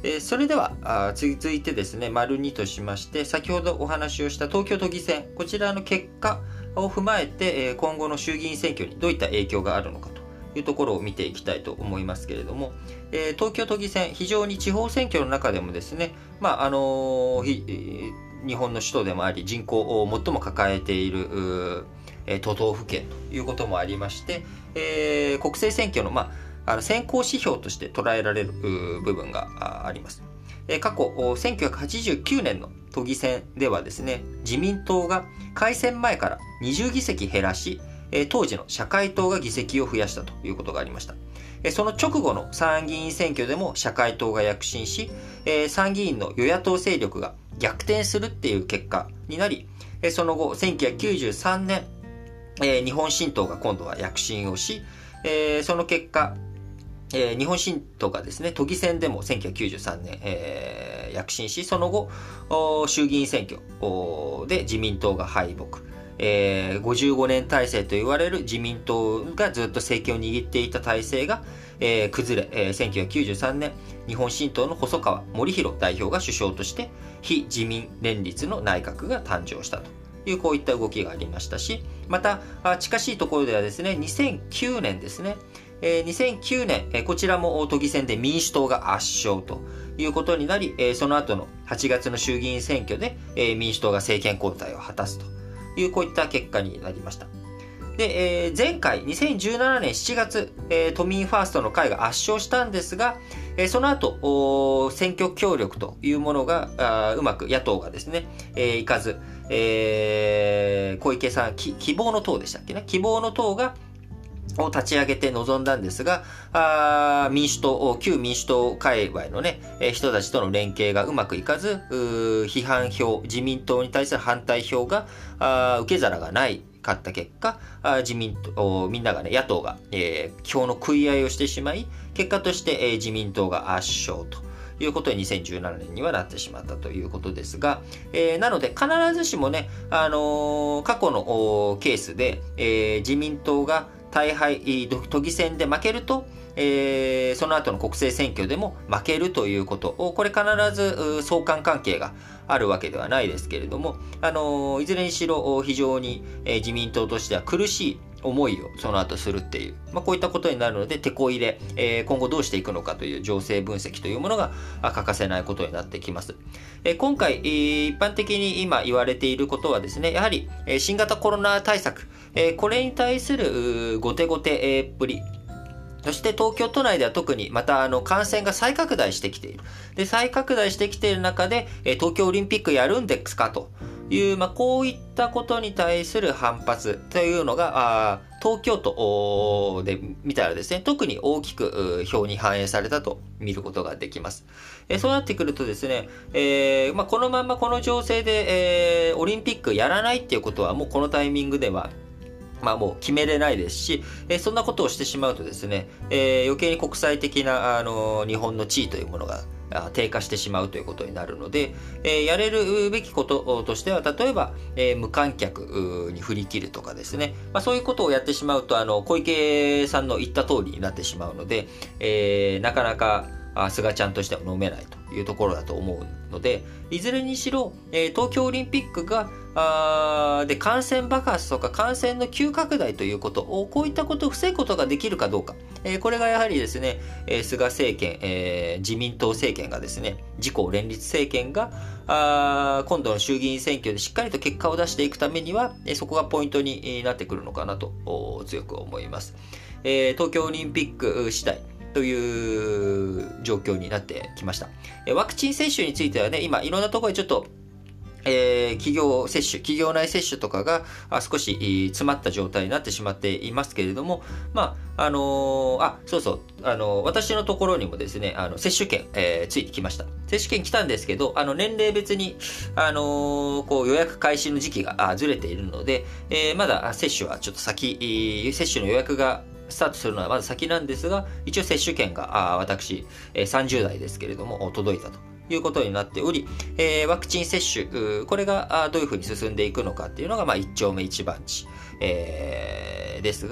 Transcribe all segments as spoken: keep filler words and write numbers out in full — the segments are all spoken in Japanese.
えー、それではあ続いてですね、丸にとしまして、先ほどお話をした東京都議選、こちらの結果を踏まえて、えー、今後の衆議院選挙にどういった影響があるのかというところを見ていきたいと思いますけれども、えー、東京都議選、非常に地方選挙の中でもですね、まああのー、日本の首都でもあり、人口を最も抱えている都道府県ということもありまして、えー、国政選挙の、まあ、あの先行指標として捉えられる部分があります。過去せんきゅうひゃくはちじゅうきゅうねんの都議選ではですね、自民党が改選前からにじゅうぎせき減らし、当時の社会党が議席を増やしたということがありました。その直後の参議院選挙でも社会党が躍進し、参議院の与野党勢力が逆転するっていう結果になり、その後せんきゅうひゃくきゅうじゅうさんねん、日本新党が今度は躍進をし、その結果、日本新党がですね、都議選でもせんきゅうひゃくきゅうじゅうさんねん、えー、躍進し、その後衆議院選挙で自民党が敗北、えー、ごじゅうごねん体制と言われる自民党がずっと政権を握っていた体制が、えー、崩れ、えー、せんきゅうひゃくきゅうじゅうさんねん日本新党の細川護弘代表が首相として非自民連立の内閣が誕生したという、こういった動きがありましたし、また近しいところではですね、にせんきゅうねんですね、にせんきゅうねん、こちらも都議選で民主党が圧勝ということになり、その後のはちがつの衆議院選挙で民主党が政権交代を果たすという、こういった結果になりました。で、前回にせんじゅうななねんしちがつ、都民ファーストの会が圧勝したんですが、その後選挙協力というものがうまく野党がですね、いかず、えー、小池さん、希望の党でしたっけね、希望の党がを立ち上げて臨んだんですが、あ民主党、旧民主党界隈のね、人たちとの連携がうまくいかず、批判票、自民党に対する反対票があ受け皿がないかった結果、自民党、みんながね、野党が、えー、票の食い合いをしてしまい、結果として、えー、自民党が圧勝ということににせんじゅうななねんにはなってしまったということですが、えー、なので必ずしもね、あのー、過去のケースで、えー、自民党が大敗、都議選で負けると、えー、その後の国政選挙でも負けるということを、これ必ず相関関係があるわけではないですけれども、あのー、いずれにしろ非常に、えー、自民党としては苦しい思いをその後するっていう、まあ、こういったことになるので、テこ入れ、えー、今後どうしていくのかという情勢分析というものが欠かせないことになってきます。えー、今回、えー、一般的に今言われていることはですね、やはり、えー、新型コロナ対策、えー、これに対する後手後手っぷり、そして東京都内では特にまたあの感染が再拡大してきている。で、再拡大してきている中で、えー、東京オリンピックやるんですかという、まあ、こういったことに対する反発というのが、あ東京都で見たらですね、特に大きく票に反映されたと見ることができます。えー、そうなってくるとですね、えーまあ、このままこの情勢で、えー、オリンピックやらないっていうことはもうこのタイミングではまあもう決めれないですし、えー、そんなことをしてしまうとですね、えー、余計に国際的な、あのー、日本の地位というものが低下してしまうということになるので、えー、やれるべきこととしては、例えば、えー、無観客に振り切るとかですね、まあ、そういうことをやってしまうと、あの小池さんの言った通りになってしまうので、えー、なかなか菅ちゃんとしては飲めないというところだと思うので、いずれにしろ、えー、東京オリンピックがあで感染爆発とか感染の急拡大ということを、こういったことを防ぐことができるかどうか、えー、これがやはりですね、えー、菅政権、えー、自民党政権がですね、自公連立政権があ今度の衆議院選挙でしっかりと結果を出していくためには、えー、そこがポイントになってくるのかなと強く思います。えー、東京オリンピック次第という状況になってきました。ワクチン接種についてはね、今いろんなところでちょっとえー、企業接種、企業内接種とかが少し詰まった状態になってしまっていますけれども、まあ、あのー、あ、そうそう、あのー、私のところにもですね、あの、接種券、えー、ついてきました。接種券来たんですけど、あの、年齢別に、あのー、こう予約開始の時期がずれているので、えー、まだ接種はちょっと先、接種の予約がスタートするのはまだ先なんですが、一応接種券が、あ私、さんじゅう代ですけれども、届いたということになっており、えー、ワクチン接種、これがどういうふうに進んでいくのかっていうのが、まあ、一丁目一番地、えー、ですが、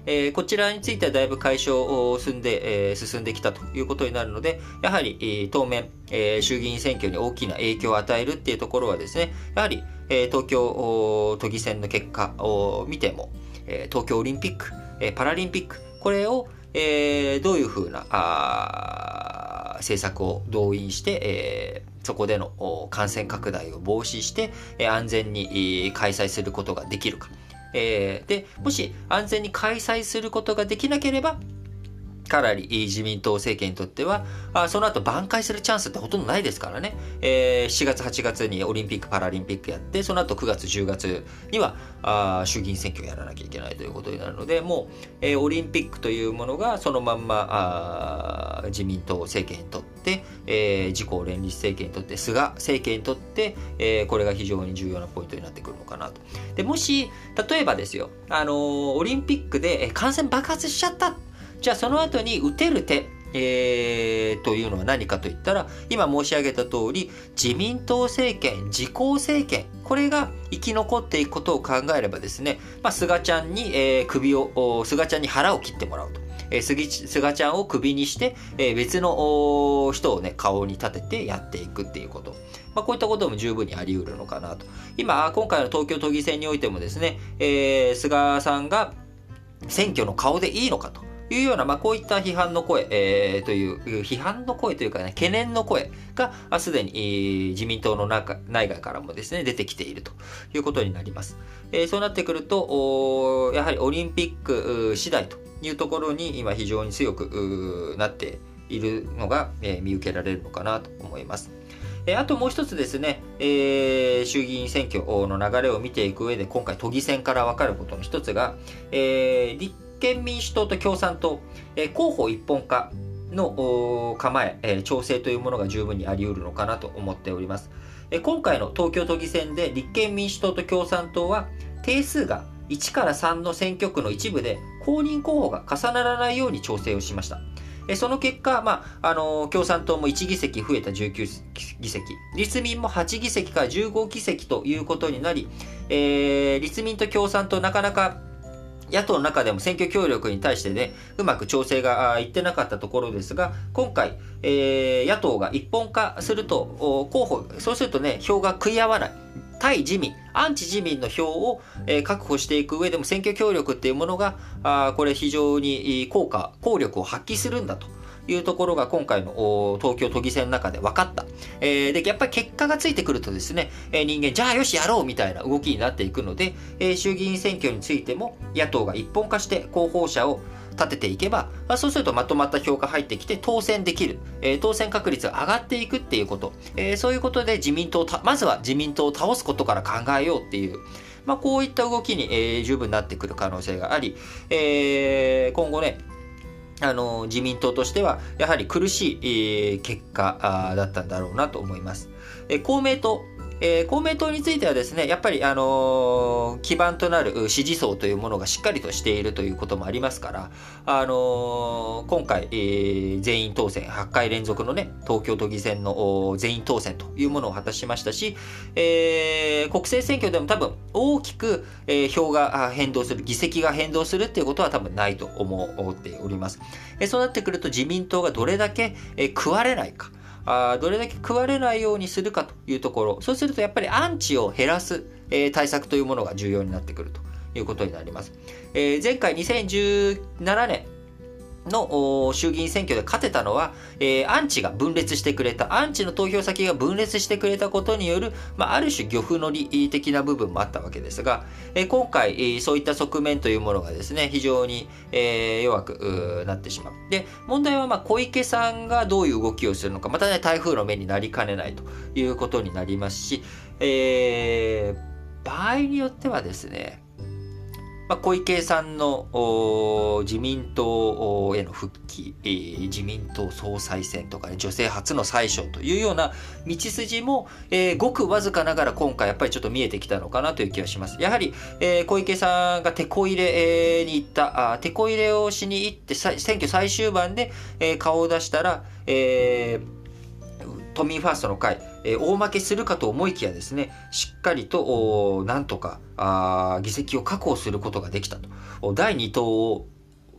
えー、こちらについてはだいぶ解消を進んで、えー、進んできたということになるので、やはり、えー、当面、えー、衆議院選挙に大きな影響を与えるっていうところはですね、やはり、えー、東京都議選の結果を見ても、えー、東京オリンピック、えー、パラリンピック、これを、えー、どういうふうなあ政策を動員して、えー、そこでの感染拡大を防止して、えー、安全に、えー、開催することができるか。えー、で、もし安全に開催することができなければ、かなり自民党政権にとっては、あその後挽回するチャンスってほとんどないですからね。えー、しちがつ、はちがつにオリンピック、パラリンピックやって、その後くがつ、じゅうがつにはあ衆議院選挙をやらなきゃいけないということになるので、もう、えー、オリンピックというものがそのまんまあ自民党政権にとって、えー、自公連立政権にとって、菅政権にとって、えー、これが非常に重要なポイントになってくるのかなと。で、もし、例えばですよ、あのー、オリンピックで感染爆発しちゃった。じゃあその後に打てる手、えー、というのは何かといったら、今申し上げた通り、自民党政権、自公政権、これが生き残っていくことを考えればですね、まあ、菅ちゃんに、えー、首を、菅ちゃんに腹を切ってもらうと。えー、菅, 菅ちゃんを首にして、えー、別の人をね、顔に立ててやっていくっていうこと。まあ、こういったことも十分にあり得るのかなと。今、今回の東京都議選においてもですね、えー、菅さんが選挙の顔でいいのかと。いうような、まあ、こういった批判の声、えー、という、批判の声というかね、懸念の声が、すでに、えー、自民党の中、内外からもですね、出てきているということになります。えー、そうなってくると、やはりオリンピック次第というところに、今非常に強くなっているのが、えー、見受けられるのかなと思います。えー、あともう一つですね、えー、衆議院選挙の流れを見ていく上で、今回都議選から分かることの一つが、えー、立立憲民主党と共産党、えー、候補一本化の構え、えー、調整というものが十分にあり得るのかなと思っております。えー、今回の東京都議選で立憲民主党と共産党は定数がいちからさんの選挙区の一部で公認候補が重ならないように調整をしました。えー、その結果、まああのー、共産党もいち議席増えたじゅうきゅう議席、立民もはち議席からじゅうご議席ということになり、えー、立民と共産党なかなか野党の中でも選挙協力に対してね、うまく調整がいってなかったところですが、今回、えー、野党が一本化すると、候補、そうするとね、票が食い合わない。対自民、アンチ自民の票を、えー、確保していく上でも選挙協力っていうものが、あこれ非常に効果、効力を発揮するんだと。いうところが今回の東京都議選の中で分かった。えー、で、やっぱり結果がついてくるとですね、えー、人間、じゃあよしやろうみたいな動きになっていくので、えー、衆議院選挙についても野党が一本化して候補者を立てていけば、そうするとまとまった票が入ってきて当選できる、えー、当選確率が上がっていくっていうこと、えー、そういうことで自民党をまずは自民党を倒すことから考えようっていう、まあ、こういった動きに、えー、十分なってくる可能性があり、えー、今後ね、あの自民党としてはやはり苦しい、えー、結果だったんだろうなと思います。えー、公明党、えー、公明党についてはですね、やっぱり、あのー、基盤となる支持層というものがしっかりとしているということもありますから、あのー、今回、えー、全員当選、はちかい連続のね、東京都議選の全員当選というものを果たしましたし、えー、国政選挙でも多分大きく、えー、票が変動する、議席が変動するっていうことは多分ないと思っております。えー、そうなってくると自民党がどれだけ、えー、食われないか、あどれだけ食われないようにするかというところ、そうするとやっぱりアンチを減らす、えー、対策というものが重要になってくるということになります。えー、前回にせんじゅうななねんの衆議院選挙で勝てたのは、えー、アンチが分裂してくれた、アンチの投票先が分裂してくれたことによる、まあ、ある種漁夫の利的な部分もあったわけですが、えー、今回、えー、そういった側面というものがですね、非常に、えー、弱くなってしまう。で、問題はまあ小池さんがどういう動きをするのか、またね、台風の目になりかねないということになりますし、えー、場合によってはですね、まあ、小池さんの自民党への復帰、えー、自民党総裁選とかね、女性初の宰相というような道筋も、えー、ごくわずかながら今回やっぱりちょっと見えてきたのかなという気がします。やはり、えー、小池さんがテこ入れに行った、あテこ入れをしに行って選挙最終盤で、えー、顔を出したら、えー都民ファーストの会、えー、大負けするかと思いきやですね、しっかりとなんとかあ議席を確保することができたと。だいに党を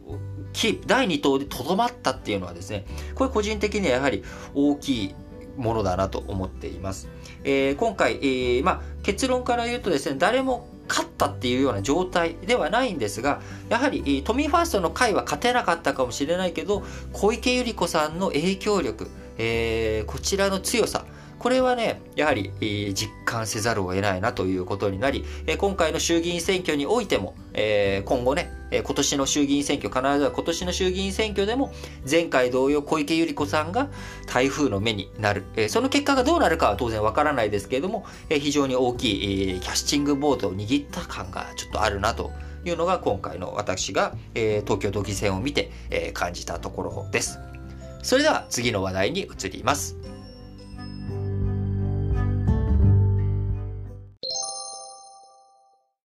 キープ、だいに党でとどまったっていうのはですね、これ個人的にはやはり大きいものだなと思っています。えー、今回、えー、まあ、結論から言うとですね、誰も勝ったっていうような状態ではないんですが、やはり都民ファーストの会は勝てなかったかもしれないけど、小池百合子さんの影響力、えー、こちらの強さ、これはね、やはり、えー、実感せざるを得ないなということになり、えー、今回の衆議院選挙においても、えー、今後ね、えー、今年の衆議院選挙、必ずは今年の衆議院選挙でも、前回同様小池百合子さんが台風の目になる。えー、その結果がどうなるかは当然わからないですけれども、えー、非常に大きい、えー、キャスティングボードを握った感がちょっとあるなというのが、今回の私が、えー、東京都議選を見て、えー、感じたところです。それでは次の話題に移ります。